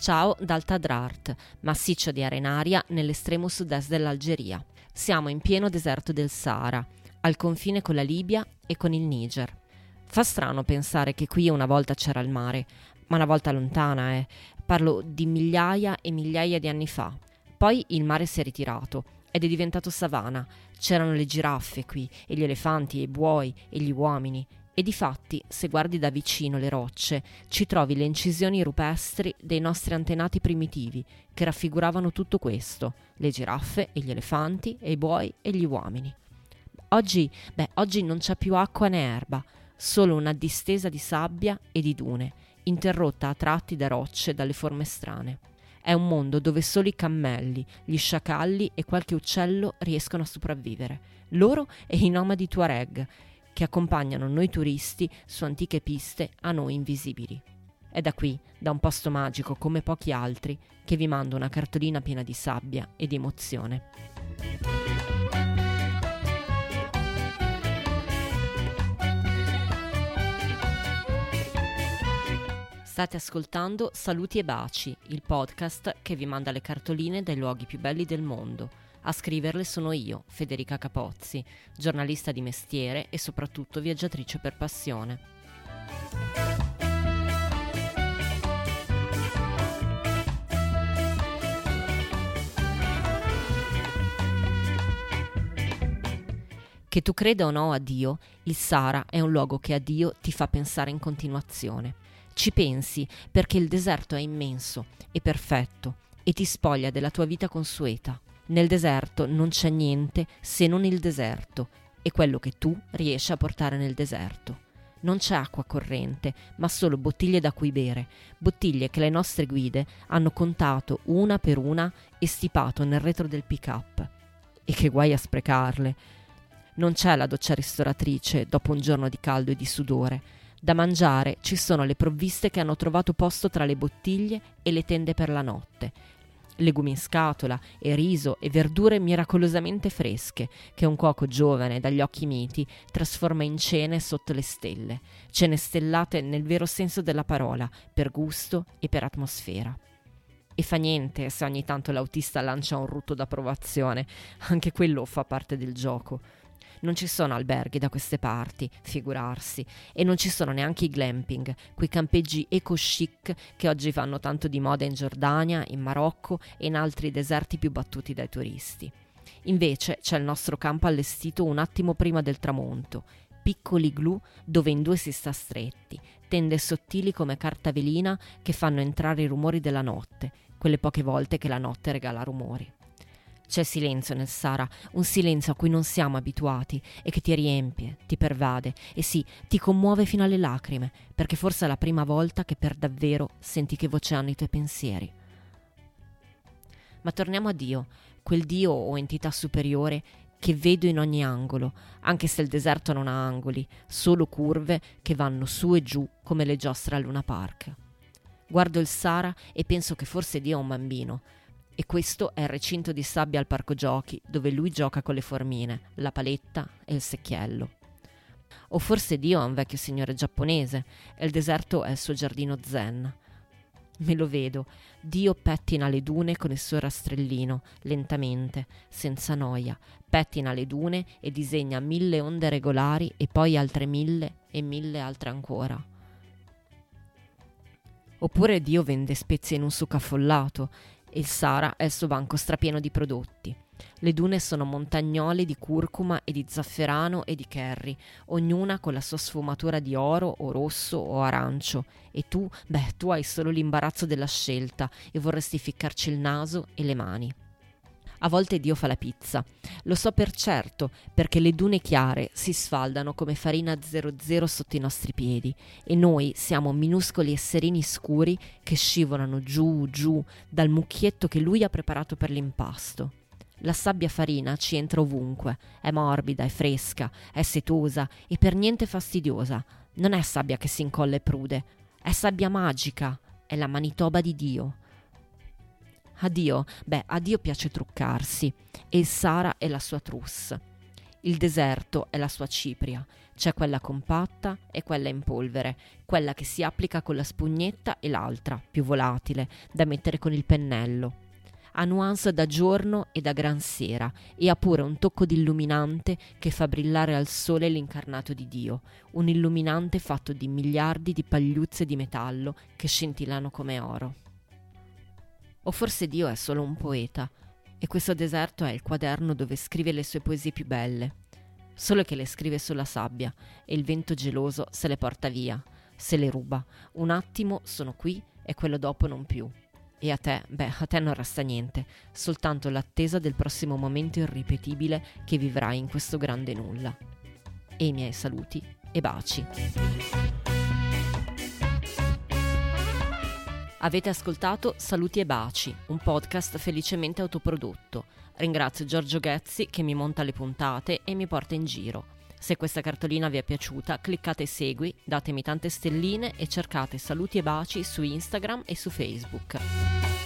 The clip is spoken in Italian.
Ciao dal Tadrart, massiccio di arenaria nell'estremo sud-est dell'Algeria. Siamo in pieno deserto del Sahara, al confine con la Libia e con il Niger. Fa strano pensare che qui una volta c'era il mare, ma una volta lontana, Parlo di migliaia e migliaia di anni fa. Poi il mare si è ritirato ed è diventato savana. C'erano le giraffe qui, e gli elefanti, e i buoi, e gli uomini. E difatti, se guardi da vicino le rocce, ci trovi le incisioni rupestri dei nostri antenati primitivi, che raffiguravano tutto questo, le giraffe e gli elefanti e i buoi e gli uomini. Oggi non c'è più acqua né erba, solo una distesa di sabbia e di dune, interrotta a tratti da rocce e dalle forme strane. È un mondo dove solo i cammelli, gli sciacalli e qualche uccello riescono a sopravvivere, loro e i nomadi Tuareg, che accompagnano noi turisti su antiche piste a noi invisibili. È da qui, da un posto magico come pochi altri, che vi mando una cartolina piena di sabbia e di emozione. State ascoltando Saluti e Baci, il podcast che vi manda le cartoline dai luoghi più belli del mondo. A scriverle sono io, Federica Capozzi, giornalista di mestiere e soprattutto viaggiatrice per passione. Che tu creda o no a Dio, il Sahara è un luogo che a Dio ti fa pensare in continuazione. Ci pensi perché il deserto è immenso e perfetto e ti spoglia della tua vita consueta. Nel deserto non c'è niente se non il deserto e quello che tu riesci a portare nel deserto. Non c'è acqua corrente, ma solo bottiglie da cui bere, bottiglie che le nostre guide hanno contato una per una e stipato nel retro del pick-up. E che guai a sprecarle. Non c'è la doccia ristoratrice dopo un giorno di caldo e di sudore. Da mangiare ci sono le provviste che hanno trovato posto tra le bottiglie e le tende per la notte. Legumi in scatola e riso e verdure miracolosamente fresche che un cuoco giovane dagli occhi miti trasforma in cene sotto le stelle, cene stellate nel vero senso della parola, per gusto e per atmosfera. E fa niente se ogni tanto l'autista lancia un rutto d'approvazione, anche quello fa parte del gioco. Non ci sono alberghi da queste parti, figurarsi, e non ci sono neanche i glamping, quei campeggi eco-chic che oggi vanno tanto di moda in Giordania, in Marocco e in altri deserti più battuti dai turisti. Invece c'è il nostro campo allestito un attimo prima del tramonto, piccoli igloo dove in due si sta stretti, tende sottili come carta velina che fanno entrare i rumori della notte, quelle poche volte che la notte regala rumori. C'è silenzio nel Sahara, un silenzio a cui non siamo abituati e che ti riempie, ti pervade e sì, ti commuove fino alle lacrime, perché forse è la prima volta che per davvero senti che voce hanno i tuoi pensieri. Ma torniamo a Dio, quel Dio o entità superiore che vedo in ogni angolo, anche se il deserto non ha angoli, solo curve che vanno su e giù come le giostre al Luna Park. Guardo il Sahara e penso che forse Dio è un bambino. E questo è il recinto di sabbia al parco giochi, dove lui gioca con le formine, la paletta e il secchiello. O forse Dio è un vecchio signore giapponese e il deserto è il suo giardino zen. Me lo vedo, Dio pettina le dune con il suo rastrellino, lentamente, senza noia, pettina le dune e disegna 1000 onde regolari e poi altre 1000 e 1000 altre ancora. Oppure Dio vende spezie in un succo affollato e il Sahara è il suo banco strapieno di prodotti. Le dune sono montagnole di curcuma e di zafferano e di curry, ognuna con la sua sfumatura di oro o rosso o arancio. E tu hai solo l'imbarazzo della scelta e vorresti ficcarci il naso e le mani. A volte Dio fa la pizza. Lo so per certo, perché le dune chiare si sfaldano come farina 00 sotto i nostri piedi e noi siamo minuscoli esserini scuri che scivolano giù dal mucchietto che lui ha preparato per l'impasto. La sabbia farina ci entra ovunque, è morbida, è fresca, è setosa e per niente fastidiosa. Non è sabbia che si incolla e prude, è sabbia magica, è la Manitoba di Dio. A Dio piace truccarsi e il Sahara è la sua trousse. Il deserto è la sua cipria, c'è quella compatta e quella in polvere, quella che si applica con la spugnetta e l'altra, più volatile, da mettere con il pennello. Ha nuance da giorno e da gran sera e ha pure un tocco di illuminante che fa brillare al sole l'incarnato di Dio, un illuminante fatto di miliardi di pagliuzze di metallo che scintillano come oro. O forse Dio è solo un poeta e questo deserto è il quaderno dove scrive le sue poesie più belle, solo che le scrive sulla sabbia e il vento geloso se le porta via, se le ruba. Un attimo sono qui e quello dopo non più. E a te non resta niente, soltanto l'attesa del prossimo momento irripetibile che vivrai in questo grande nulla. E i miei saluti e baci. Avete ascoltato Saluti e Baci, un podcast felicemente autoprodotto. Ringrazio Giorgio Ghezzi che mi monta le puntate e mi porta in giro. Se questa cartolina vi è piaciuta, cliccate segui, datemi tante stelline e cercate Saluti e Baci su Instagram e su Facebook.